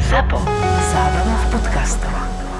Zábrná v podcastov.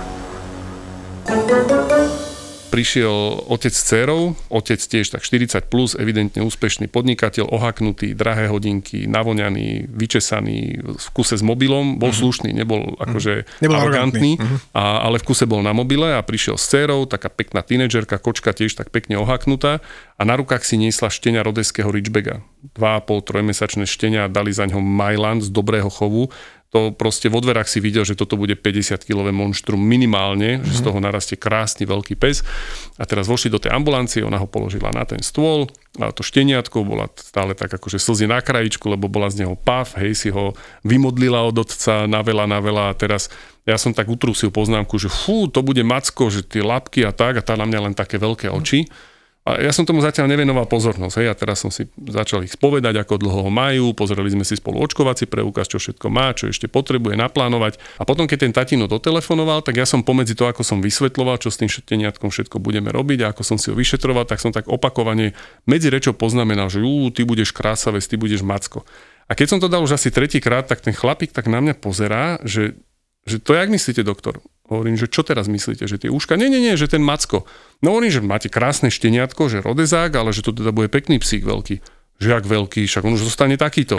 Prišiel otec s dcérou, otec tiež tak 40+, evidentne úspešný podnikateľ, ohaknutý, drahé hodinky, navoňaný, vyčesaný, v kuse s mobilom, bol slušný, nebol akože arogantný, ale v kuse bol na mobile a prišiel s dcérou, taká pekná tínedžerka, kočka tiež tak pekne ohaknutá a na rukách si niesla štenia rodeského Ridgebacka. 2,5-3 mesačné štenia, dali za ňo Mailand z dobrého chovu. To proste vo dverách si videl, že toto bude 50-kilové monštrum minimálne, že z toho narastie krásny veľký pes. A teraz vošli do tej ambulancie, ona ho položila na ten stôl a to šteniatko bola stále tak akože slzy na krajičku, lebo bola z neho pav, hej, si ho vymodlila od otca na veľa a teraz ja som tak utrusil poznámku, že to bude macko, že tie labky a tak a tá na mňa len také veľké oči. A ja som tomu zatiaľ nevenoval pozornosť. Hej. A teraz som si začal ich spovedať, ako dlho ho majú. Pozreli sme si spolu očkovací preukaz, čo všetko má, čo ešte potrebuje naplánovať. A potom, keď ten tatino dotelefonoval, tak ja som pomedzi to, ako som vysvetľoval, čo s tým šteniatkom všetko budeme robiť a ako som si ho vyšetroval, tak som tak opakovane medzi rečou poznamenal, že ty budeš krásavec, ty budeš macko. A keď som to dal už asi tretíkrát, tak ten chlapík tak na mňa pozerá, že to jak myslíte, doktor? Hovorím, že čo teraz myslíte, že tie uška? Nie, že ten macko. No hovorím, že máte krásne šteniatko, že rodezák, ale že to teda bude pekný psík veľký. Že jak veľký, však on už zostane takýto.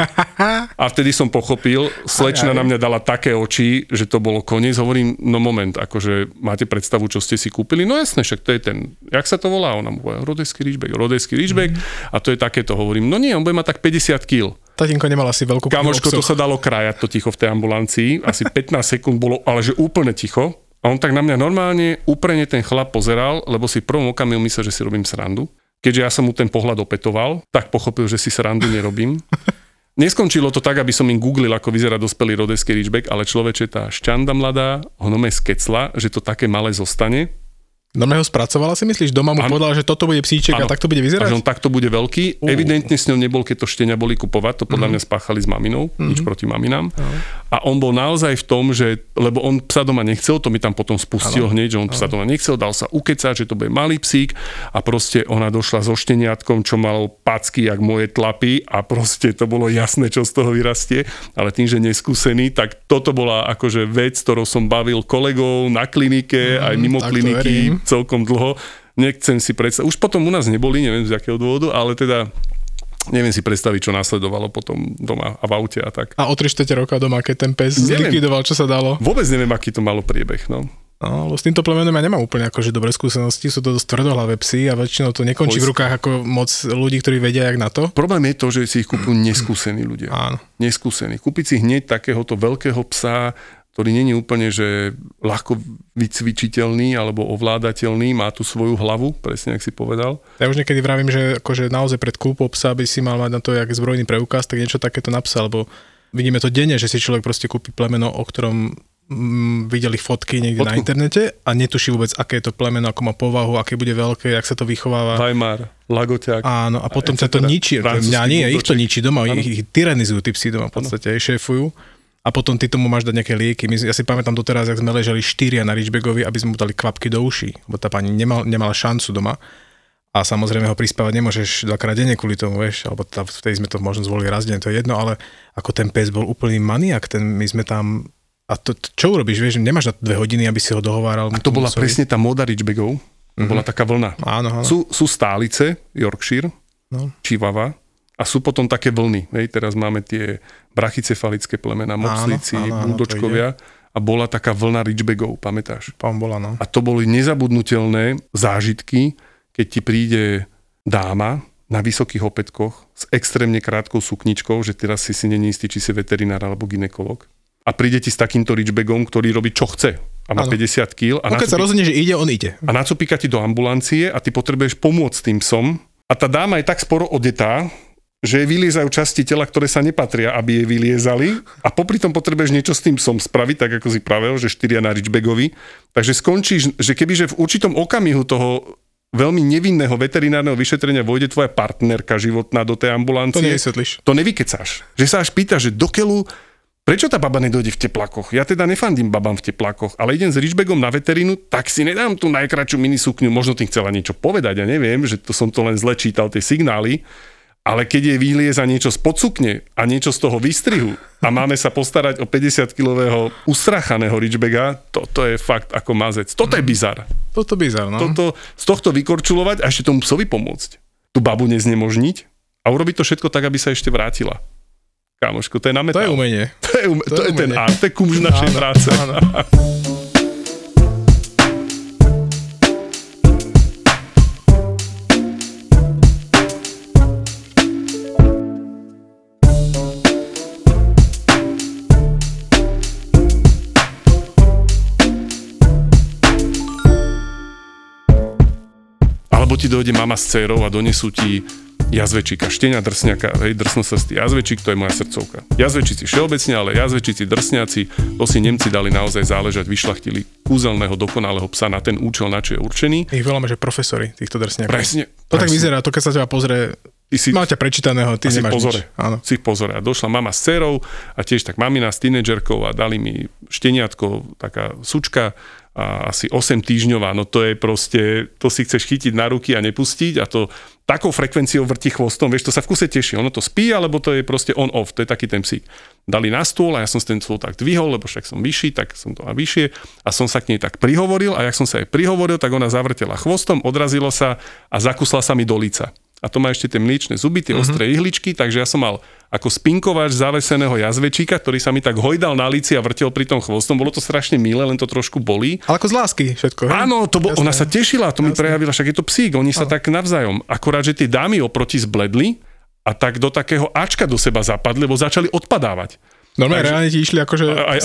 A vtedy som pochopil, slečna na mňa dala také oči, že to bolo koniec. Hovorím, no moment, akože máte predstavu, čo ste si kúpili? No jasne, však to je ten, jak sa to volá? Ona mu povie, rodeský Ridgeback. A to je takéto, hovorím, no nie, on bude mať tak 50 kg. Tatinko nemal asi veľkú kamoško, to sa dalo krajať, to ticho v tej ambulancii. Asi 15 sekúnd bolo, ale že úplne ticho. A on tak na mňa normálne, úprene ten chlap pozeral, lebo si v prvom okamihu myslel, že si robím srandu. Keďže ja som mu ten pohľad opetoval, tak pochopil, že si srandu nerobím. Neskončilo to tak, aby som im googlil, ako vyzerá dospelý rodeský Ridgeback, ale človeče, tá šťanda mladá ho nome skecla, že to také malé zostane. Normálne ho spracovala, si myslíš? Doma mu povedala, že toto bude psíček a takto bude vyzerať? A že on takto bude veľký. Evidentne s ňou nebol, keď to štenia boli kupovať. To podľa mňa spáchali s maminou. Nič proti maminám. A on bol naozaj v tom, že, lebo on psa doma nechcel, to mi tam potom spustil hneď, že on psa doma nechcel, dal sa ukecať, že to bude malý psík a proste ona došla so šteniatkom, čo mal packy, jak moje tlapy a proste to bolo jasné, čo z toho vyrastie. Ale tým, že neskúsený, tak toto bola akože vec, ktorou som bavil kolegov na klinike, aj mimo kliniky. Celkom dlho. Nechcem si predstaviť. Už potom u nás neboli, neviem z akého dôvodu, ale teda neviem si predstaviť, čo následovalo potom doma a v aute a tak. A o 3/4 roka doma, keď ten pes zlikvidoval, čo sa dalo? Vôbec neviem, aký to malo priebeh, no. No, s týmto plemenom ja nemám úplne akože dobré skúsenosti, sú to dosť tvrdohlavé psy a väčšinou to nekončí v rukách ako moc ľudí, ktorí vedia jak na to. Problém je to, že si ich kúpujú neskúsení ľudia. Áno. Neskúsení. Kúpiť si hneď takéhoto veľkého psa, ktorý nie je úplne, že ľahko vycvičiteľný alebo ovládateľný, má tu svoju hlavu, presne jak si povedal. Ja už niekedy vravím, že akože naozaj pred kúpou psa by si mal mať na to jak zbrojný preukaz, tak niečo takéto na psa, lebo vidíme to denne, že si človek proste kúpi plemeno, o ktorom videli fotky niekde na internete a netuší vôbec, aké je to plemeno, ako má povahu, aké bude veľké, jak sa to vychováva. Weimar, Lagoťák. Áno, a potom sa to ničí. Mňa nie, ich to ničí doma, ich tyranizujú tí psi doma v podstate, šéfujú. A potom ty tomu máš dať nejaké lieky. Ja si pamätám doteraz, jak sme ležali 4 na Ridgebackovi, aby sme mu dali kvapky do uší, lebo tá pani nemala šancu doma. A samozrejme ho prispávať nemôžeš 2-krát denne kvôli tomu, vieš, alebo vtedy sme to možno zvolili raz deň, to je jedno, ale ako ten pes bol úplný maniak, my sme tam. A to čo urobíš, vieš, nemáš na 2 hodiny, aby si ho dohováral. A to bola presne tá móda Ridgebackov. Bola taká vlna. Áno. Sú stálice, Yorkshire, Chihuahua, a sú potom také vlny. Hej, teraz máme tie brachycefalické plemena, mopslíci, buldočkovia a bola taká vlna Ridgebackov, pamätáš? Bola, no. A to boli nezabudnutelné zážitky, keď ti príde dáma na vysokých opätkoch s extrémne krátkou sukničkou, že teraz si není istý, či si veterinár alebo gynekolog. A príde ti s takýmto Ridgebaggom, ktorý robí čo chce. A má 50 kg. A keď sa rozhodne, že ide, on ide. A nacupíka ti do ambulancie a ty potrebuješ pomôcť tým psom. A tá dáma je tak sporo odetá, že vyliezajú časti tela, ktoré sa nepatria, aby jej vyliezali a popri tom potrebuješ niečo s tým psom spraviť, tak ako si pravel, že 4 na Ridgebackovi. Takže skončíš, že kebyže v určitom okamihu toho veľmi nevinného veterinárneho vyšetrenia vojde tvoja partnerka životná do tej ambulancie. To nevysvetlíš. To nevykecáš. Že sa až pýtaš, že do keľu, prečo tá baba nedojde v teplakoch? Ja teda nefandím babám v teplakoch, ale idem s Ridgebackom na veterínu, tak si nedám tú najkračšiu minisukňu, možno tým chcela niečo povedať, ja neviem, že to som to len zle čítal, tie signály. Ale keď jej vylieza niečo spod sukne a niečo z toho vystrihu a máme sa postarať o 50-kilového ustrachaného ridgebacka, toto je fakt ako mazec. Toto je bizar. Toto bizar, no. Z tohto vykorčulovať a ešte tomu psovi pomôcť. Tú babu neznemožniť a urobiť to všetko tak, aby sa ešte vrátila. Kámoško, to je na metál. To je umenie. To je ten art, to je kúž našej práce. Áno. Alebo ti dojde mama s dcérou a donesú ti jazvečíka, štenia drsňaka, hej, drsnosrstý jazvečík, to je moja srdcovka. Jazvečíci všeobecne, ale jazvečíci drsňaci, to si Nemci dali naozaj záležať, vyšľachtili kúzelného, dokonalého psa na ten účel, na čo je určený. Ich voláme, že profesori týchto drsňakov. Presne. Tak vyzerá, to keď sa teba pozrie, máte prečítaného, ty nemáš nič. Áno. Si ich pozore. A došla mama s dcerou a tiež tak mamina s tínedžerkou a dali mi šteniatko, taká sučka, a asi 8 týždňová, no to je proste, to si chceš chytiť na ruky a nepustiť a to takou frekvenciou vrti chvostom, vieš, to sa v kuse teší, ono to spí, alebo to je proste on-off, to je taký ten psík. Dali na stôl a ja som ten stôl tak dvihol, lebo však som vyšší, tak som to vyššie a som sa k nej tak prihovoril a jak som sa jej prihovoril, tak ona zavrtela chvostom, odrazilo sa a zakusla sa mi do líca. A to má ešte tie mliečne zuby, tie ostré ihličky, takže ja som mal ako spinkovač zaveseného jazvečíka, ktorý sa mi tak hojdal na líci a vrtel pri tom chvostom. Bolo to strašne milé, len to trošku bolí. Ale ako z lásky všetko, hej? Áno, ona sa tešila, to mi prejavila, však je to psík, oni sa tak navzájom. Akorát, že tie dámy oproti zbledli a tak do takého Ačka do seba zapadli, lebo začali odpadávať. Normálne reálne ti išli akože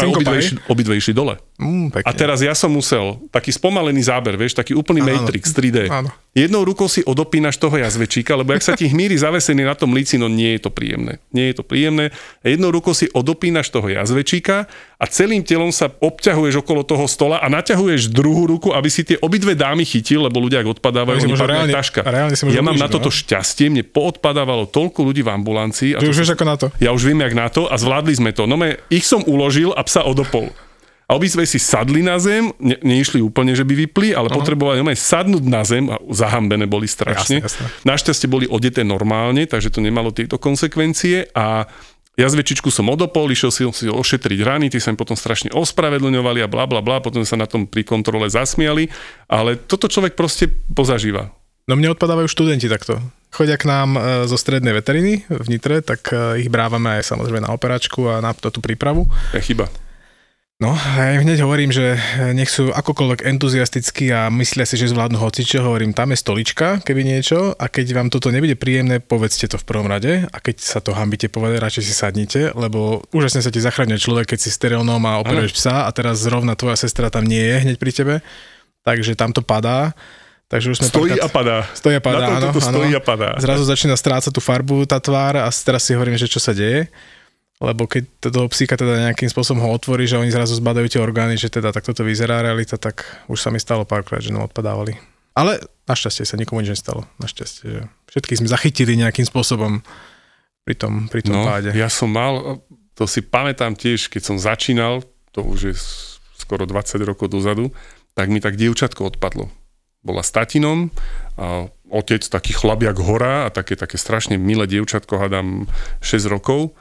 obidve išli dole. A teraz ja som musel, taký spomalený záber, vieš, taký úplný Matrix 3D. Áno. Jednou rukou si odopínaš toho jazvečíka, lebo ak sa ti hmíri zavesený na tom líci, no nie je to príjemné. Nie je to príjemné. A jednou rukou si odopínaš toho jazvečíka a celým telom sa obťahuješ okolo toho stola a naťahuješ druhú ruku, aby si tie obidve dámy chytil, lebo ľudia ak odpadávajú, oni padne taška. Ja mám na toto šťastie, mne poodpadávalo toľko ľudí v ambulancii. Ty už vieš ako na to? Ja už viem jak na to a zvládli sme to. No ich som uložil a psa odopol. A obidve si sadli na zem, neišli úplne, že by vypli, ale potrebovali sadnúť na zem a zahambené boli strašne. Jasne. Našťastie boli odeté normálne, takže to nemalo tieto konsekvencie a jazvečičku som odopol, išiel si ošetriť rany, tí sa mi potom strašne ospravedlňovali a blablabla, potom sa na tom pri kontrole zasmiali, ale toto človek proste pozažíva. No mne odpadávajú študenti takto. Chodia k nám zo strednej veteriny v Nitre, tak ich brávame aj samozrejme na operačku a na tú prípravu. Je chyba. No, ja hneď hovorím, že nech sú akokoľvek entuziastickí a myslia si, že zvládnu hocičo, hovorím, tam je stolička, keby niečo, a keď vám toto nebude príjemné, povedzte to v prvom rade a keď sa to hanbíte povedať, radšej si sadnite, lebo úžasne sa ti zachraňuje človek, keď si sterilnom a operuješ psa a teraz zrovna tvoja sestra tam nie je hneď pri tebe, takže tam to padá. Takže už sme stojí a padá. Áno. Stojí a padá. Zrazu začína strácať tú farbu, tá tvár a teraz si hovorím, že čo sa deje. Lebo keď toho psíka teda nejakým spôsobom ho otvorí, že oni zrazu zbadajú tie orgány, že teda takto to vyzerá realita, tak už sa mi stalo párkrát, že odpadávali. Ale našťastie sa nikomu nič nestalo. Našťastie, že všetkých sme zachytili nejakým spôsobom pri tom páde. Ja som mal, to si pamätám tiež, keď som začínal, to už je skoro 20 rokov dozadu, tak mi tak dievčatko odpadlo. Bola s tatinom a otec taký chlabiak hora a také strašne milé dievčatko, hádam 6 rokov.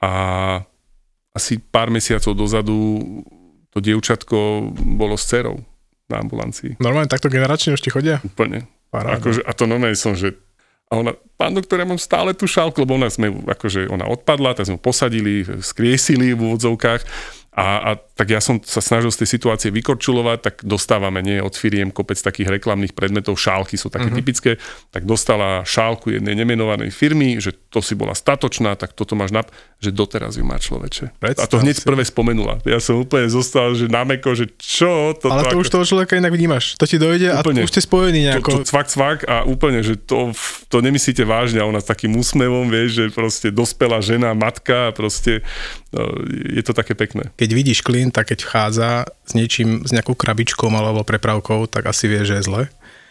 A asi pár mesiacov dozadu to dievčatko bolo s dcerou na ambulancii. Normálne takto generačne už ti chodia? Úplne. Akože, a to normálne som, že a ona, pán doktor, ja mám stále tú šálku, lebo ona odpadla, tak sme ju posadili, skriesili v úvodzovkách a tak ja som sa snažil z tej situácie vykorčulovať, tak dostávame od firiem kopec takých reklamných predmetov, šálky sú také typické, tak dostala šálku jednej nemenovanej firmy, že to si bola statočná, tak toto máš že doteraz ju má človeče. A to hneď prvé spomenula. Ja som úplne zostal, že námeko, že čo? Ale to už toho človeka inak vnímaš. To ti dojde úplne, a už ste spojení nejako. To cvak a úplne, že to nemyslíte vážne a ona s takým úsmevom, vieš, že proste dospelá žena, matka a proste je to také pekné. Keď vidíš klient, tak keď vchádza s niečím, s nejakou krabičkou alebo prepravkou, tak asi vie, že je zle.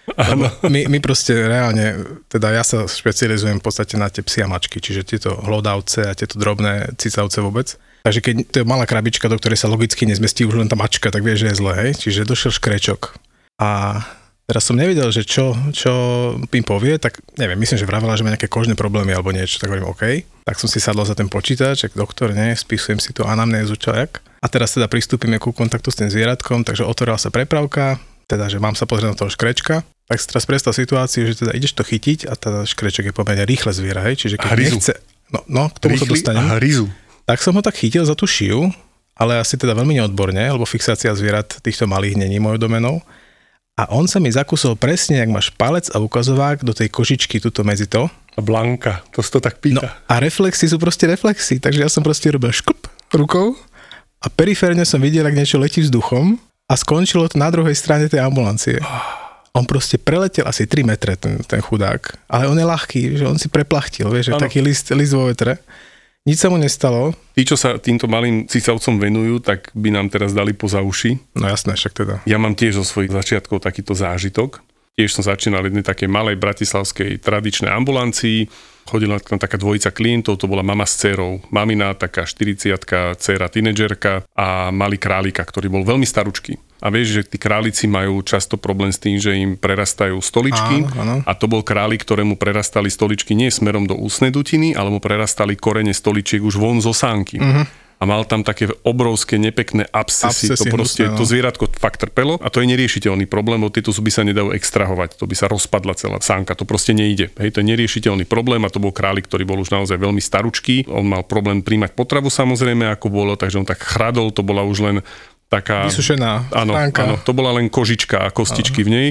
My proste reálne, teda ja sa špecializujem v podstate na tie psy a mačky, čiže tieto hlodavce a tieto drobné cicavce vôbec. Takže keď to je malá krabička, do ktorej sa logicky nezmestí už len tá mačka, tak vie, že je zle, hej? Čiže došiel škrečok a Teraz som nevedel, že čo im povie, tak neviem, myslím, že vravela, že má nejaké kožné problémy alebo niečo, tak hovorím OK. Tak som si sadol za ten počítač, doktor, spisujem si tu anamnézu, čajak. A teraz teda pristúpime ku kontaktu s tým zvieratkom, takže otvorila sa prepravka, teda, že mám sa pozrieť na toho škrečka. Tak si teraz predstav situáciu, že teda ideš to chytiť a teda škreček je pomerne rýchle zviera, hej, čiže keď nechce... No, k tomu sa dostanem. A hryzu. Tak som ho tak chytil za tú šiu, ale asi teda veľmi neodborne, lebo fixácia zvierat týchto malých není mojou domenou. A on sa mi zakusol presne, jak máš palec a ukazovák do tej kožičky tuto medzi to. A Blanka, to si to tak pýta. No a reflexy sú proste reflexy, takže ja som proste robil škup rukou a periférne som videl, ak niečo letí vzduchom a skončilo to na druhej strane tej ambulancie. On proste preletel asi 3 metre, ten chudák, ale on je ľahký, že on si preplachtil, vieš, že taký list vo vetre. Nič sa mu nestalo. Tí, čo sa týmto malým cicavcom venujú, tak by nám teraz dali poza uši. No jasné, však teda. Ja mám tiež zo svojich začiatkov takýto zážitok. Tiež som začínal jednej takej malej bratislavskej tradičnej ambulancii. Chodila tam taká dvojica klientov, to bola mama s dcérou. Mamina, taká 40-ka, dcéra tínedžerka a malý králika, ktorý bol veľmi staručký. A vieš, že tí králici majú často problém s tým, že im prerastajú stoličky. Áno. A to bol králik, ktorému prerastali stoličky nie smerom do ústnej dutiny, ale mu prerastali korene stoličiek už von zo sánky. A mal tam také obrovské nepekné abscesy. To proste, to zvieratko fakt trpelo a to je neriešiteľný problém, lebo tieto zuby sa nedajú extrahovať, to by sa rozpadla celá sánka, to proste nejde. Hej, to je neriešiteľný problém a to bol králik, ktorý bol už naozaj veľmi staručký. On mal problém príjmať potravu samozrejme, ako bolo, takže on tak chradol, to bola už len taká... Vysušená stránka. Áno, to bola len kožička a kostičky v nej.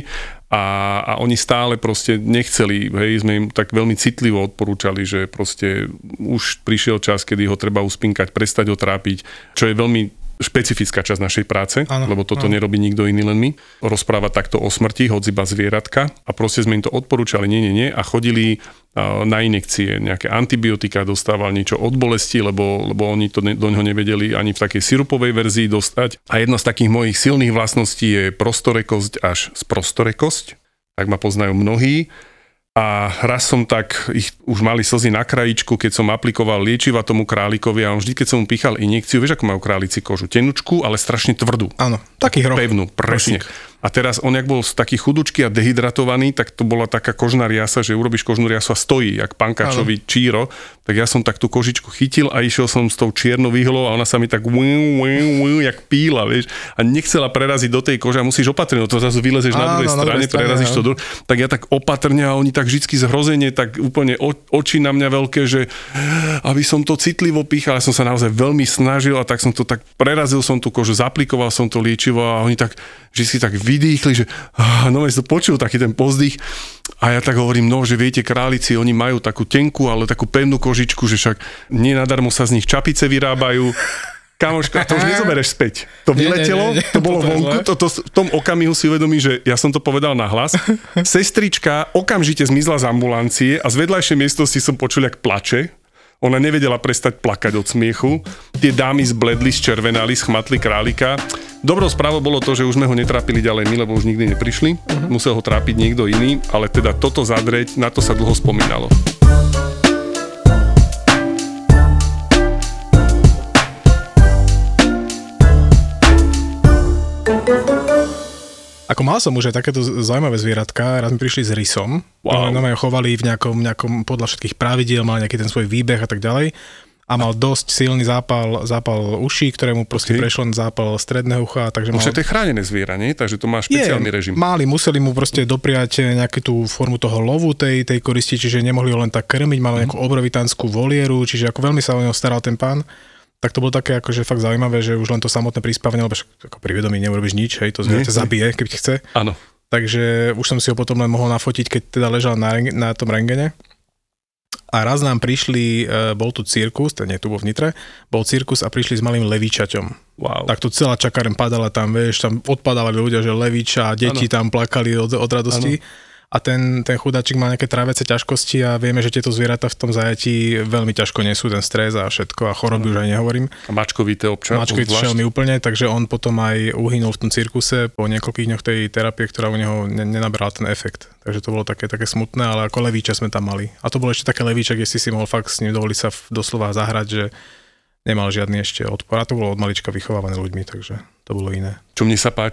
A oni stále proste nechceli, hej, sme im tak veľmi citlivo odporúčali, že proste už prišiel čas, kedy ho treba uspinkať, prestať ho trápiť, čo je veľmi špecifická časť našej práce, lebo toto nerobí nikto iný, len my. Rozprávať takto o smrti, hoď iba zvieratka a proste sme im to odporúčali, nie a chodili na injekcie, nejaké antibiotika, dostával niečo od bolesti, lebo oni to do neho nevedeli ani v takej sirupovej verzii dostať. A jedna z takých mojich silných vlastností je prostorekosť až sprostorekosť, tak ma poznajú mnohí. A raz som tak, ich už mali slzy na krajičku, keď som aplikoval liečiva tomu králikovi a on vždy, keď som mu píchal injekciu, vieš, ako majú králici kožu, tenučku, ale strašne tvrdú. Áno, taký hroch. Pevnú, presne. A teraz on, jak bol taký chudučký a dehydratovaný, tak to bola taká kožná riasa, že urobíš kožnú riasu a stojí, jak pankáčový číro. Tak ja som tak tú kožičku chytil a išiel som s tou čiernou výhlou a ona sa mi tak jak píla, vieš. A nechcela preraziť do tej kože a musíš opatrne, to zrazu vylezeš na druhej strane, prerazíš to. Tak ja tak opatrne a oni tak vždycky zhrozenie, tak úplne oči na mňa veľké, že aby som to citlivo píchal, ja som sa naozaj veľmi snažil a tak som to tak prerazil som tú kožu, zaplikoval som to liečivo a oni tak vždycky tak vydýchli, že no to počul taký ten pozdych a ja tak hovorím, že viete, králici, oni majú takú tenkú, ale takú pevnú kožičku, že však nenadarmo sa z nich čapice vyrábajú. Kamoška, to už nezobereš späť. To vyletelo, to bolo vonku, v tom okamihu si uvedomí, že ja som to povedal nahlas. Sestrička okamžite zmizla z ambulancie a z vedľajšej miestnosti som počul, jak plače. Ona nevedela prestať plakať od smiechu. Tie dámy zbledli, zčervenali, schmatli králika. Dobrou správou bolo to, že už sme ho netrápili ďalej my, lebo už nikdy neprišli. Musel ho trápiť niekto iný, ale teda toto zadreť, na to sa dlho spomínalo. Ako mal som už aj takéto zaujímavé zvieratka, raz mi prišli s rysom, no ma chovali v nejakom podľa všetkých pravidiel, mal nejaký ten svoj výbeh a tak ďalej a mal dosť silný zápal uší, ktorému proste prešiel zápal stredného ucha. Takže to je chránené zviera, nie? Takže to má špeciálny režim. Museli mu proste dopriať nejakú tú formu toho lovu tej koristi, čiže nemohli ho len tak krmiť, mal nejakú obrovitánsku volieru, čiže ako veľmi sa o neho staral ten pán. Tak to bolo také akože fakt zaujímavé, že už len to samotné prispávanie, lebo ako pri vedomí neurobíš nič, hej, to zvieraťa zabije, keď chce. Áno. Takže už som si ho potom len mohol nafotiť, keď teda ležal na tom rentgene. A raz nám prišli, bol tu cirkus, nie tu vo Nitre, bol cirkus a prišli s malým levíčaťom. Wow. Tak tu celá čakáreň padala tam, vieš, tam odpadali ľudia, že levíča a deti tam plakali od radosti. Ano. A ten chudáčik má nejaké tráviace ťažkosti a vieme, že tieto zvieratá v tom zajatí veľmi ťažko nesú ten stres a všetko a choroby už aj nehovorím. A mačkovité občas. Mačkovité šelmy úplne, takže on potom aj uhynul v tom cirkuse po niekoľkých dňoch tej terapie, ktorá u neho nenabrala ten efekt. Takže to bolo také smutné, ale ako levíča sme tam mali. A to bolo ešte také levíča, kde si mohol fakt s ním dovoliť sa doslova zahrať, že nemal žiadny ešte odpor. A to bolo od malička vychovávané ľuďmi, takže to bolo iné. Čo mne sa páči,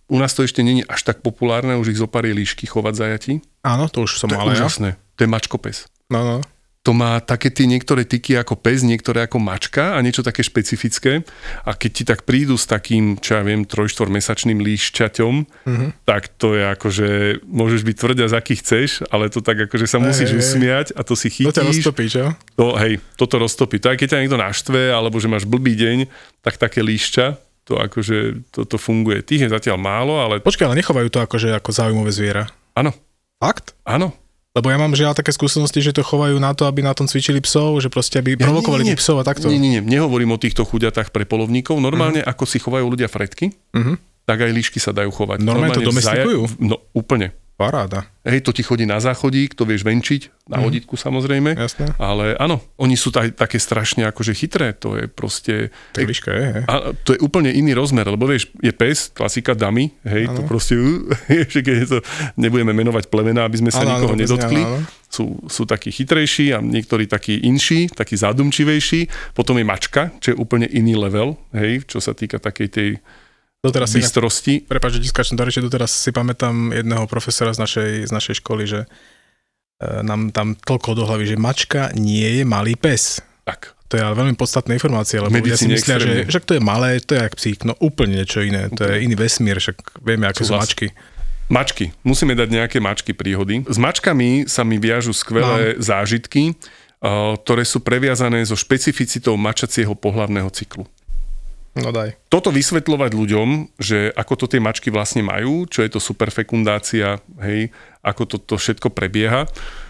U nás to ešte nie je až tak populárne, už ich zoparie líšky chovať zajati. Áno, to už som mal. To je úžasné. To je mačkopes. No. To má také tie niektoré tyky ako pes, niektoré ako mačka a niečo také špecifické. A keď ti tak prídu s takým, čo ja viem, 3-4-mesačným líšťaťom, tak to je akože, môžeš byť tvrdia, z akých chceš, ale to tak akože sa musíš usmiať a to si chytíš. To ťa roztopí, čo? Toto roztopí. To aj keď ťa niekto naštve, alebo že máš blbý deň, tak také líšťa, to akože, to funguje. Tých je zatiaľ málo, ale... Počkaj, ale nechovajú to akože ako záujmové zviera. Áno. Fakt? Áno. Lebo ja mám žiaľ také skúsenosti, že to chovajú na to, aby na tom cvičili psov, že proste aby provokovali tých psov a takto. Nie, nehovorím o týchto chuďatách pre polovníkov. Normálne, ako si chovajú ľudia fretky, tak aj líšky sa dajú chovať. Normálne to domestikujú? No, úplne. Paráda. Hej, to ti chodí na záchodík, to vieš venčiť, na vodítku samozrejme. Jasné. Ale áno, oni sú také strašne akože chytré, to je proste... Tak líška je. A to je úplne iný rozmer, lebo vieš, je pes, klasika dummy, hej, to proste, že keď je to, nebudeme menovať plemená, aby sme sa nikoho nedotkli. Sú takí chytrejší a niektorí takí inší, takí zadumčivejší. Potom je mačka, čo je úplne iný level, hej, čo sa týka takej tej bystrosti. Prepáč, že ti skáčem do reči, doteraz si pamätám jedného profesora z našej školy, že nám tam toľko do hlavy, že mačka nie je malý pes. Tak. To je ale veľmi podstatná informácia, lebo ja si myslia, že však to je malé, to je jak psík, no úplne niečo iné, to je iný vesmír, však vieme, aké sú mačky. Mačky. Musíme dať nejaké mačky príhody. S mačkami sa mi viažu skvelé zážitky, ktoré sú previazané so špecificitou mačacieho pohlavného cyklu. No daj. Toto vysvetľovať ľuďom, že ako to tie mačky vlastne majú, čo je to superfekundácia, hej, ako to všetko prebieha.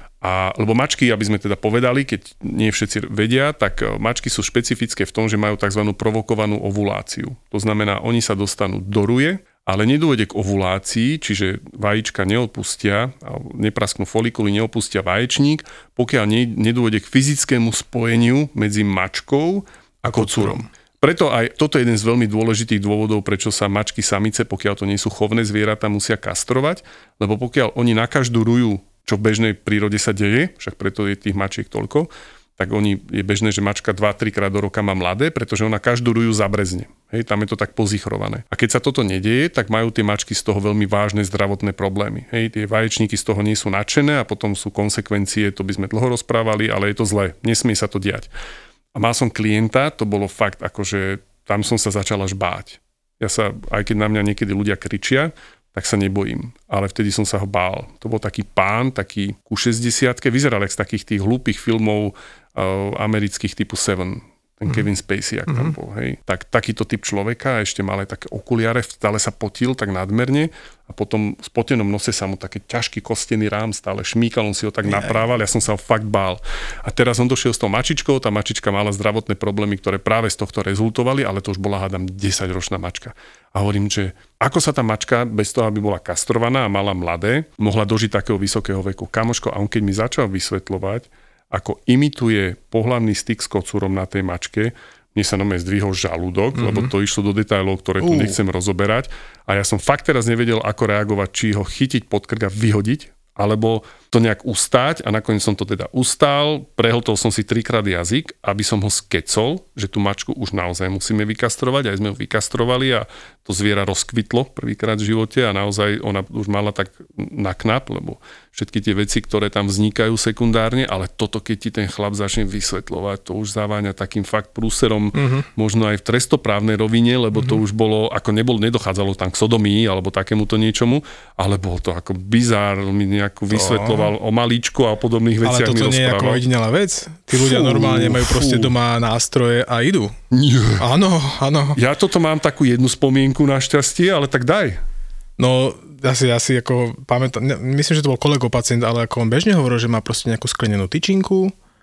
Lebo mačky, aby sme teda povedali, keď nie všetci vedia, tak mačky sú špecifické v tom, že majú tzv. Provokovanú ovuláciu. To znamená, oni sa dostanú do ruje, ale nedôjde k ovulácii, čiže vajíčka neopustia, neprasknú folikuly, neopustia vaječník, pokiaľ nedôjde k fyzickému spojeniu medzi mačkou a kocúrom. Preto aj toto je jeden z veľmi dôležitých dôvodov, prečo sa mačky samice, pokiaľ to nie sú chovné zvieratá, musia kastrovať, lebo pokiaľ oni na každú ruju, čo v bežnej prírode sa deje, však preto je tých mačiek toľko, tak je bežné, že mačka 2-3 krát do roka má mladé, pretože ona každú ruju zabrezne. Hej, tam je to tak pozichrované. A keď sa toto nedieje, tak majú tie mačky z toho veľmi vážne zdravotné problémy. Hej, tie vaječníky z toho nie sú nadšené a potom sú konsekvencie, to by sme dlho rozprávali, ale je to zlé, nesmie sa to diať. A mal som klienta, to bolo fakt akože tam som sa začal až báť. Ja sa, aj keď na mňa niekedy ľudia kričia, tak sa nebojím. Ale vtedy som sa ho bál. To bol taký pán, taký ku 60-ke, vyzeral jak z takých tých hlúpych filmov amerických typu Seven. Ten Kevin Spacey, jak tam bol, hej. Tak takýto typ človeka, ešte mal aj také okuliare, stále sa potil tak nadmerne a potom v spotenom nose sa mu také ťažký kostený rám stále šmíkal, on si ho tak naprával, ja som sa ho fakt bál. A teraz on došiel s tou mačičkou, tá mačička mala zdravotné problémy, ktoré práve z tohto rezultovali, ale to už bola, hádam, 10-ročná mačka. A hovorím, že ako sa tá mačka, bez toho, aby bola kastrovaná a mala mladé, mohla dožiť takého vysokého veku. Kamoško, a on keď mi začal vysvetľovať, ako imituje pohlavný styk s kocúrom na tej mačke, mne sa normálne zdvihol žalúdok, lebo to išlo do detailov, ktoré tu nechcem rozoberať. A ja som fakt teraz nevedel, ako reagovať, či ho chytiť pod krk a vyhodiť, alebo to nejak ustáť a nakoniec som to teda ustál, prehltol som si 3-krát jazyk, aby som ho skecol, že tú mačku už naozaj musíme vykastrovať, aj sme ho vykastrovali a to zviera rozkvitlo prvýkrát v živote a naozaj ona už mala tak na knap, lebo všetky tie veci, ktoré tam vznikajú sekundárne, ale toto, keď ti ten chlap začne vysvetľovať, to už zaváňa takým fakt prúserom, možno aj v trestoprávnej rovine, lebo to už bolo, ako nedochádzalo tam k sodomii alebo takémuto niečomu, ale bolo to ako bizár, mi nejako vysvetľoval o malíčku a o podobných veciach mi rozprával. Ale toto nie je ako ojedinelá vec? Tí ľudia normálne majú proste doma nástroje a idú. Nie. Áno. Ja toto mám takú jednu spomienku našťastie, ale tak daj. No, asi ako pamätám, myslím, že to bol kolegov pacient, ale ako on bežne hovoril, že má proste nejakú sklenenú tyčinku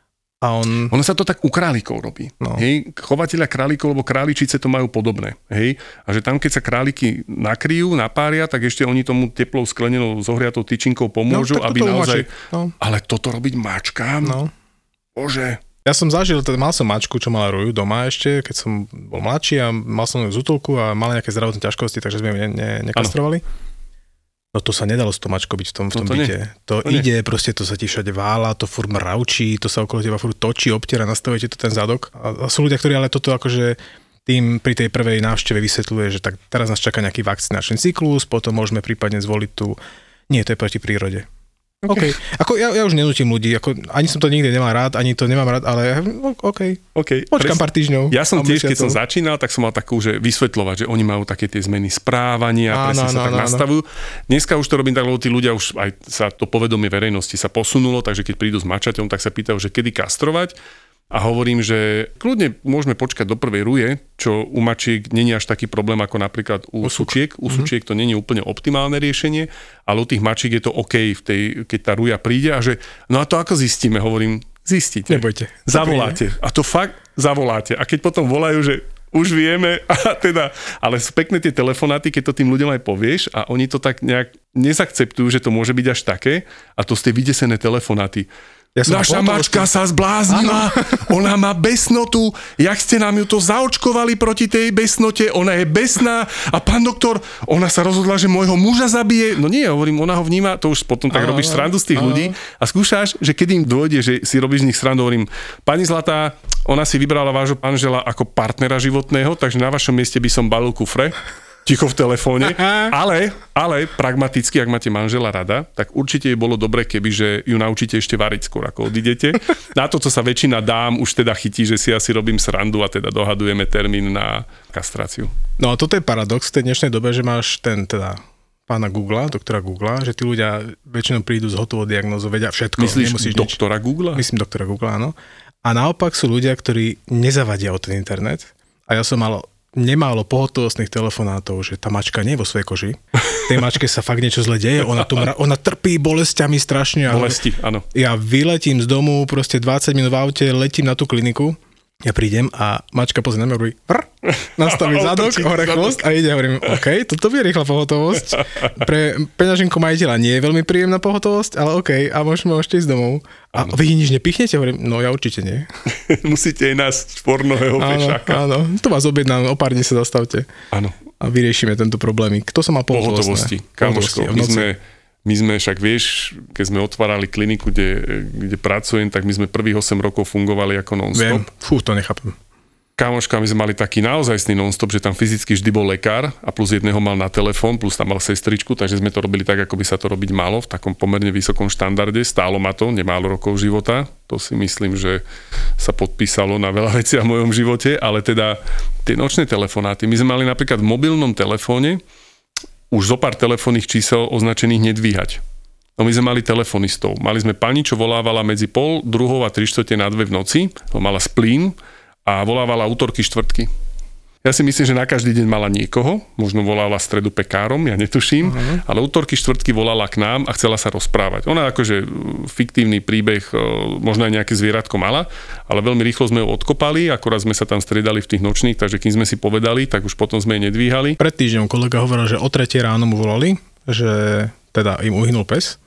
a on... Ono sa to tak u králikov robí. No. Hej, chovateľia králikov, lebo králičice to majú podobné. Hej, a že tam, keď sa králiky nakryjú, napária, tak ešte oni tomu teplou sklenenou zohriatou tyčinkou pomôžu, aby naozaj... No. Ale toto robiť mačkám? No. Bože... Ja som zažil, mal som mačku, čo mala ruju doma ešte, keď som bol mladší a mal som ju z útulku a mala nejaké zdravotné ťažkosti, takže sme ju nekastrovali. No to sa nedalo s tou mačkou byť v tom byte. To ide, proste to sa ti všade vála, to furt mravčí, to sa okolo teba furt točí, obtiera, nastavujete to ten zadok. A sú ľudia, ktorí ale toto akože tým pri tej prvej návšteve vysvetľuje, že tak teraz nás čaká nejaký vakcinačný cyklus, potom môžeme prípadne zvoliť tú... Nie, to je proti prírode. OK. Ako ja už nenútim ľudí, ani som to nikdy nemal rád, ani to nemám rád, ale OK. Počkám pár týždňov. Ja som tiež, keď som začínal, tak som mal takú, že vysvetľovať, že oni majú také tie zmeny správania, presne sa tak nastavujú. Dneska už to robím tak, lebo tí ľudia už aj sa to povedomie verejnosti sa posunulo, takže keď prídu s mačaťom, tak sa pýtajú, že kedy kastrovať. A hovorím, že kľudne môžeme počkať do prvej ruje, čo u mačiek nie je až taký problém ako napríklad u sučiek. U sučiek to nie je úplne optimálne riešenie, ale u tých mačiek je to OK, keď tá ruja príde a že no a to ako zistíme? Hovorím, zistíte. Nebojte. Zavoláte. A to fakt zavoláte. A keď potom volajú, že už vieme, ale sú pekné tie telefonáty, keď to tým ľuďom aj povieš a oni to tak nejak nezakceptujú, že to môže byť až také a to sú tie vydesené telefonáty. Naša mačka sa zbláznila, ona má besnotu, jak ste nám ju to zaočkovali proti tej besnote, ona je besná a pán doktor, ona sa rozhodla, že môjho muža zabije. No nie, hovorím, ona ho vníma, to už potom tak robíš srandu z tých ľudí a skúšaš, že keď im dôjde, že si robíš z nich srandu, hovorím, pani Zlatá, ona si vybrala vášho manžela ako partnera životného, takže na vašom mieste by som balil kufre. Ticho v telefóne, ale pragmaticky, ak máte manžela rada, tak určite je bolo dobre, kebyže ju naučíte ešte variť skôr, ako odidete. Na to, co sa väčšina dám, už teda chytí, že si asi robím srandu a teda dohadujeme termín na kastráciu. No a toto je paradox v tej dnešnej dobe, že máš pána Googla, doktora Googla, že tí ľudia väčšinou prídu s hotovou diagnózou, vedia všetko. Myslíš doktora Googla? Myslím doktora Googla, áno. A naopak sú ľudia, ktorí nezavadia o ten internet. A ja som mal nemálo pohotovostných telefonátov, že tá mačka nie je vo svojej koži. Tej mačke sa fakt niečo zle deje, ona trpí bolestiami strašne. Bolesti, áno. Ja vyletím z domu, proste 20 minút v aute, letím na tú kliniku, ja prídem a mačka pozrie na mňa, hovorí, nastaví zadok, hore chvost a ide, hovorím, OK, toto je rýchla pohotovosť. Pre peňaženku majiteľa nie je veľmi príjemná pohotovosť, ale OK, a môžete ísť domov. A vy nič nepichnete? Hovorím, no ja určite nie. Musíte aj nás špornohého pešáka. Áno, to vás objednám, o pár dní sa zastavte. Áno. A vyriešime tento problémy. Kto sa má pohotovosti? Kamoško, my sme však, vieš, keď sme otvárali kliniku, kde pracujem, tak my sme prvých 8 rokov fungovali ako non-stop. Viem, to nechápem. Kamoška, my sme mali taký naozajstný non-stop, že tam fyzicky vždy bol lekár a plus jedného mal na telefón, plus tam mal sestričku, takže sme to robili tak, ako by sa to robiť malo, v takom pomerne vysokom štandarde. Stálo ma to, nemálo rokov života. To si myslím, že sa podpísalo na veľa vecí v mojom živote, ale teda tie nočné telefonáty. My sme mali napríklad v mobilnom telefóne už zo pár telefónnych čísel označených nedvíhať. No my sme mali telefonistov. Mali sme pani, čo volávala medzi 1:30 a 3:45 v noci, mala splín a volávala útorky, štvrtky. Ja si myslím, že na každý deň mala niekoho, možno volala v stredu pekárom, ja netuším, ale útorky, štvrtky volala k nám a chcela sa rozprávať. Ona akože fiktívny príbeh, možno aj nejaké zvieratko mala, ale veľmi rýchlo sme ju odkopali, akorát sme sa tam striedali v tých nočných, takže kým sme si povedali, tak už potom sme jej nedvíhali. Pred týždňom kolega hovoril, že o 3 ráno mu volali, že teda im uhynul pes.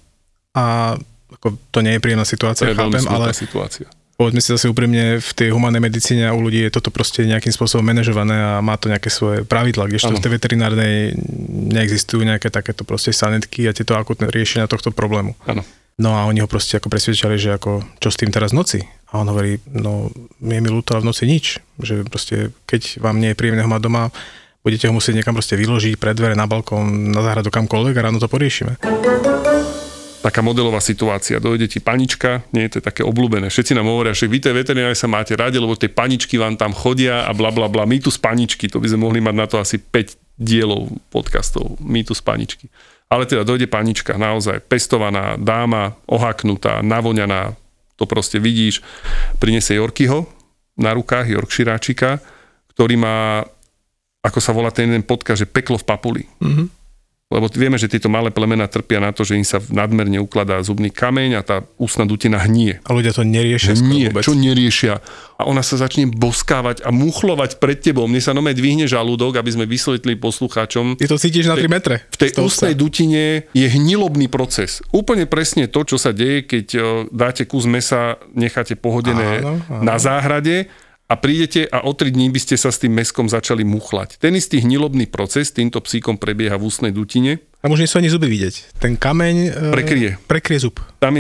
A ako, to nie je príjemná situácia, chápem, ale situácia. Povedzme si zase úprimne, v tej humánnej medicíne a u ľudí je toto proste nejakým spôsobom manažované a má to nejaké svoje pravidlá, kdežto v tej veterinárnej neexistujú nejaké takéto proste sanitky a tieto akutné riešenia tohto problému. Áno. No a oni ho proste ako presvedčali, že ako, čo s tým teraz v noci? A on hovorí, no je mi ľúto, ale v noci nič. Že proste, keď vám nie je príjemné ho mať doma, budete ho musieť niekam proste vyložiť pred dvere, na balkón, na záhradu, kamkoľvek a ráno to poriešime. Taká modelová situácia, dojde ti panička, nie je to také obľúbené. Všetci nám hovoria, že vy tej veterinári sa máte radi, lebo tie paničky vám tam chodia a bla bla bla. Mýtus paničky, to by sme mohli mať na to asi 5 dielov podcastov. Mýtus paničky. Ale teda dojde panička, naozaj pestovaná dáma, ohaknutá, navoňaná, to proste vidíš. Prinesie Yorkieho na rukách, Yorkshiráčika, ktorý má, ako sa volá ten jeden podcast, že peklo v papuli. Lebo vieme, že tieto malé plemená trpia na to, že im sa nadmerne ukladá zubný kameň a tá ústna dutina hnie. A ľudia to neriešia skoro vôbec. Čo neriešia? A ona sa začne boskávať a muchlovať pred tebou. Mne sa nomé dvihne žalúdok, aby sme vysvetlili poslucháčom. Ty to cítiš na 3 metre. V tej ústnej dutine je hnilobný proces. Úplne presne to, čo sa deje, keď dáte kus mesa, necháte pohodené na záhrade a prídete a o 3 dní by ste sa s tým mäskom začali muchlať. Ten istý hnilobný proces týmto psíkom prebieha v ústnej dutine. Tam už nie sú ani zuby vidieť. Ten kameň prekrie zub. Tam je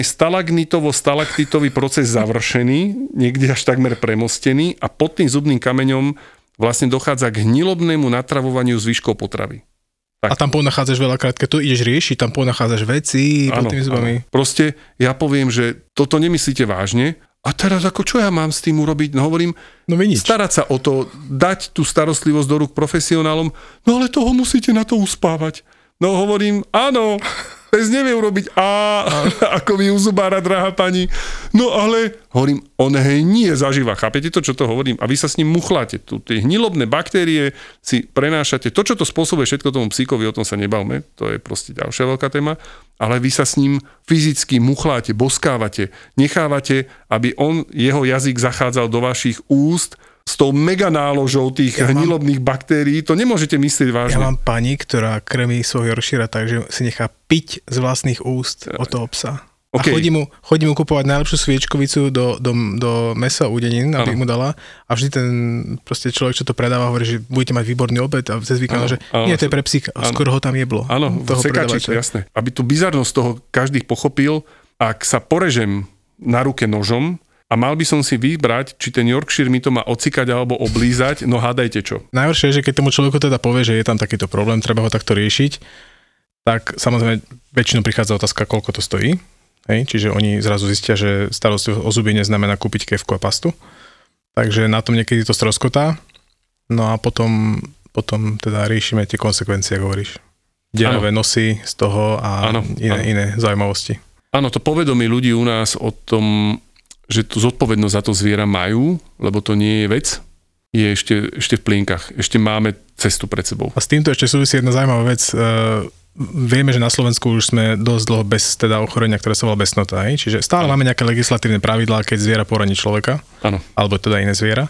stalaktitovo-stalaktitový proces završený, niekde až takmer premostený a pod tým zubným kameňom vlastne dochádza k hnilobnému natravovaniu zvyškov potravy. Tak. A tam ponachádzaš veľakrát, keď to ideš riešiť, tam ponachádzaš veci pod tými zubami. Proste ja poviem, že toto nemyslíte vážne a teraz ako čo ja mám s tým urobiť? No hovorím, starať sa o to, dať tú starostlivosť do rúk profesionálom, no ale toho musíte na to uspávať. No hovorím, áno, pes nevie urobiť ako vy u zubára, drahá pani. No ale, hovorím, on nie zažíva. Chápete to, čo to hovorím? A vy sa s ním muchláte. Tie hnilobné baktérie si prenášate. To, čo to spôsobuje všetko tomu psíkovi, o tom sa nebavme. To je proste ďalšia veľká téma. Ale vy sa s ním fyzicky muchláte, boskávate. Nechávate, aby jeho jazyk zachádzal do vašich úst s tou mega náložou tých hnilobných baktérií, to nemôžete myslieť vážne. Ja mám pani, ktorá krmí svojho Yorkshira tak, že si nechá piť z vlastných úst od toho psa. Okay. A chodí mu kupovať najlepšiu sviečkovicu do mesa udenín, aby mu dala. A vždy ten proste človek, čo to predáva, hovorí, že budete mať výborný obed a cez víkend, že nie, to je pre psíka. A skoro ho tam jeblo. Áno, sekáčik, jasné. Aby tú bizarnosť toho každý pochopil, ak sa porežem na ruke nožom, a mal by som si vybrať, či ten Yorkshire mi to má ocikať alebo oblízať, no hádajte čo. Najhoršie je, že keď tomu človeku teda povie, že je tam takýto problém, treba ho takto riešiť, tak samozrejme väčšinou prichádza otázka, koľko to stojí. Hej? Čiže oni zrazu zistia, že starostlivosť o zuby neznamená kúpiť kefku a pastu. Takže na tom niekedy to stroskotá. No a potom teda riešime tie konsekvencie, ako hovoríš. Denové nosy z toho a iné zaujímavosti. Áno, to povedomie ľudí u nás o tom, že tú zodpovednosť za to zviera majú, lebo to nie je vec, je ešte v plienkach. Ešte máme cestu pred sebou. A s týmto ešte súvisí jedna zaujímavá vec. Vieme, že na Slovensku už sme dosť dlho bez teda ochorenia, ktoré sa volá besnota. Čiže stále máme nejaké legislatívne pravidlá, keď zviera poraní človeka. Áno. Alebo teda iné zviera.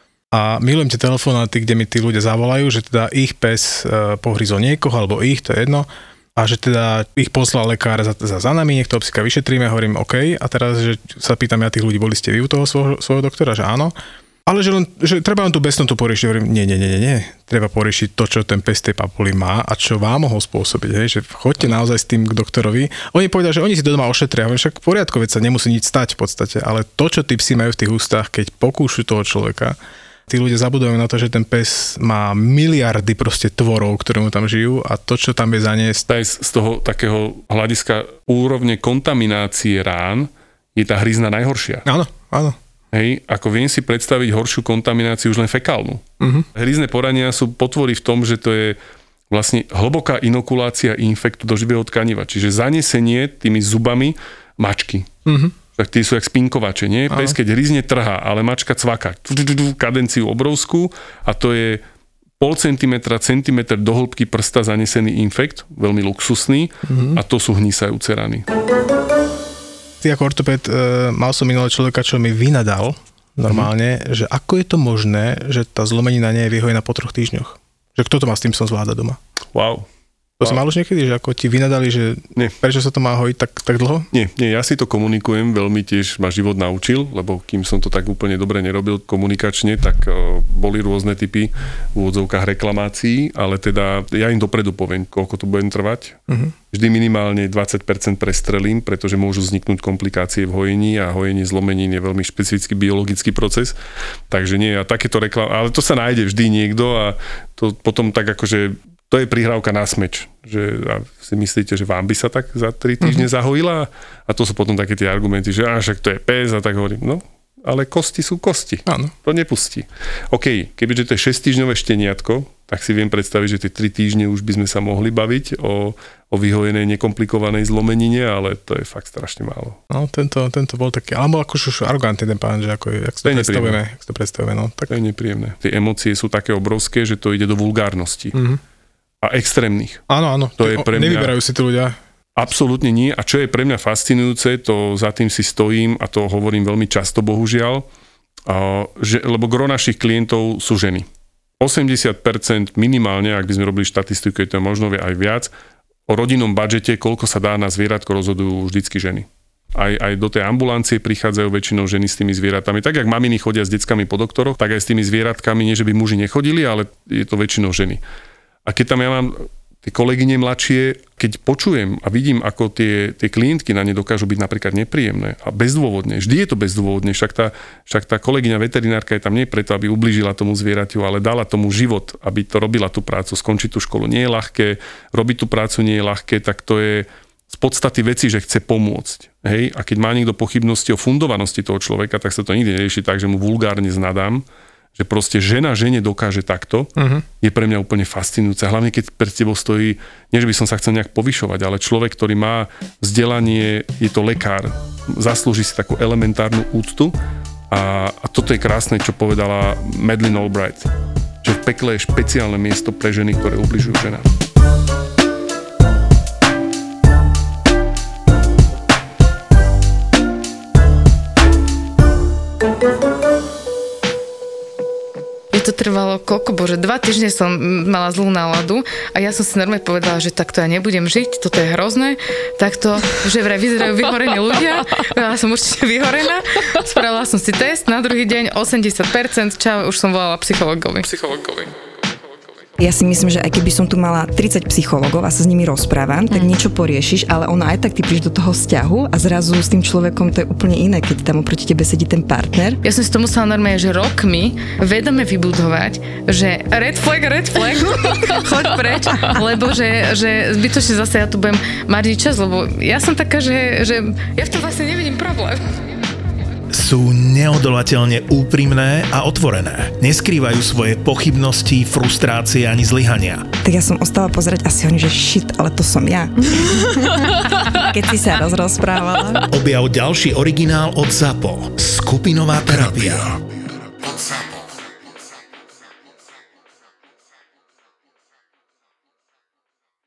A milujem tie telefonáty, kde mi tí ľudia zavolajú, že teda ich pes pohryzol niekoho, alebo to je jedno. A že teda ich poslal lekár za nami, nech toho psíka vyšetríme, hovorím OK. A teraz, že sa pýtam ja tých ľudí, boli ste vy u toho svojho doktora, že áno. Ale že treba len tú besnotu poriešiť, hovorím, nie. Treba poriešiť to, čo ten pes tej papuli má a čo vám mohol spôsobiť, hej, že choďte naozaj s tým k doktorovi. Oni povedali, že oni si to doma ošetria, hovorím, však v poriadku, veď sa nemusí nič stať v podstate, ale to, čo tí psi majú v tých ústach, keď pokúšu toho človeka, tí ľudia zabudujú na to, že ten pes má miliardy proste tvorov, ktoré mu tam žijú a to, čo tam je zaniesť. Z toho takého hľadiska úrovne kontaminácie rán je tá hryzna najhoršia. Áno. Hej, ako viem si predstaviť horšiu kontamináciu už len fekálnu. Hryzné porania sú potvory v tom, že to je vlastne hlboká inokulácia infektu do živého tkaniva, čiže zanesenie tými zubami mačky. Tak tí sú jak spinkovače, nie? Pes, keď hryzne, trhá, ale mačka cvaká. Kadenciu obrovskú a to je 0,5 centimetra do hĺbky prsta zanesený infekt, veľmi luxusný a to sú hnisajúce rany. Ty ako ortopéd, mal som minulé človeka, čo mi vynadal normálne, že ako je to možné, že tá zlomenina nie je vyhojená po 3 týždňoch. Že kto to má s tým som zvláda doma? Wow. To som mal už niekedy, že ako ti vynadali, že prečo sa to má hojiť tak dlho? Nie, ja si to komunikujem, veľmi tiež ma život naučil, lebo kým som to tak úplne dobre nerobil komunikačne, tak boli rôzne typy v úvodzovkách reklamácií, ale teda ja im dopredu poviem, koľko to bude trvať. Vždy minimálne 20% prestrelím, pretože môžu vzniknúť komplikácie v hojení a hojenie zlomenín je veľmi špecifický biologický proces. Takže nie, a takéto ale to sa nájde vždy niekto a to potom tak akože to je prihrávka na smeč, že si myslíte, že vám by sa tak za 3 týždne zahojila a to sú potom také tie argumenty, že však to je pes a tak hovorím, no, ale kosti sú kosti. Áno. To nepustí. OK, kebyže to je 6-týždňové šteniatko, tak si viem predstaviť, že tie 3 týždne už by sme sa mohli baviť o vyhojenej, nekomplikovanej zlomenine, ale to je fakt strašne málo. No, tento bol taký, ale bol ako už arrogantný ten pán, že ako, jak si to predstavujeme. No, tak. To je nepríjemné. Tie emócie sú také obrovské, že to ide do vulgárnosti. A extrémnych. Áno. To je pre mňa... Nevyberajú si tí ľudia. Absolútne nie. A čo je pre mňa fascinujúce, to za tým si stojím a to hovorím veľmi často, bohužiaľ, lebo gro našich klientov sú ženy. 80% minimálne, ak by sme robili štatistiku, je to možno aj viac, o rodinnom budžete, koľko sa dá na zvieratko, rozhodujú vždycky ženy. Aj do tej ambulancie prichádzajú väčšinou ženy s tými zvieratami. Tak, jak maminy chodia s deckami po doktoroch, tak aj s tými zvieratkami, nie že by muži nechodili, ale je to väčšinou ženy. A keď tam ja mám tie kolegyne mladšie, keď počujem a vidím, ako tie klientky na ne dokážu byť napríklad nepríjemné a bezdôvodne, vždy je to bezdôvodne, však tá kolegyňa veterinárka je tam nie preto, aby ublížila tomu zvieraťu, ale dala tomu život, aby to robila tú prácu, skončiť tú školu nie je ľahké, robiť tú prácu nie je ľahké, tak to je z podstaty veci, že chce pomôcť. Hej? A keď má niekto pochybnosti o fundovanosti toho človeka, tak sa to nikdy nerieši tak, že mu vulgárne znadám, že proste žena žene dokáže takto, je pre mňa úplne fascinujúce. Hlavne keď pred tebou stojí, nie že by som sa chcel nejak povyšovať, ale človek, ktorý má vzdelanie, je to lekár, zaslúži si takú elementárnu úctu a toto je krásne, čo povedala Madeleine Albright, že v pekle je špeciálne miesto pre ženy, ktoré ubližujú ženám. To trvalo koľko, 2 týždne som mala zlú náladu a ja som si normálne povedala, že takto ja nebudem žiť, toto je hrozné, takto, že vraj vyzerajú vyhorení ľudia, ja som určite vyhorená, spravila som si test, na druhý deň 80%, čau, už som volala psychologovi. Ja si myslím, že aj keby som tu mala 30 psychologov a sa s nimi rozprávam, tak niečo poriešiš, ale ono aj tak ty prídeš do toho vzťahu a zrazu s tým človekom to je úplne iné, keď tam oproti tebe sedí ten partner. Ja som si to musela normálne, že rokmi vedome vybudovať, že red flag, choď preč, lebo že zbytočne zase ja tu budem marniť čas, lebo ja som taká, že ja v tom vlastne nevidím problém. Sú neodolateľne úprimné a otvorené. Neskrývajú svoje pochybnosti, frustrácie ani zlyhania. Tak ja som ostala pozerať asi oni, že shit, ale to som ja. Keď si sa rozprávala. Objav ďalší originál od ZAPO. Skupinová terapia.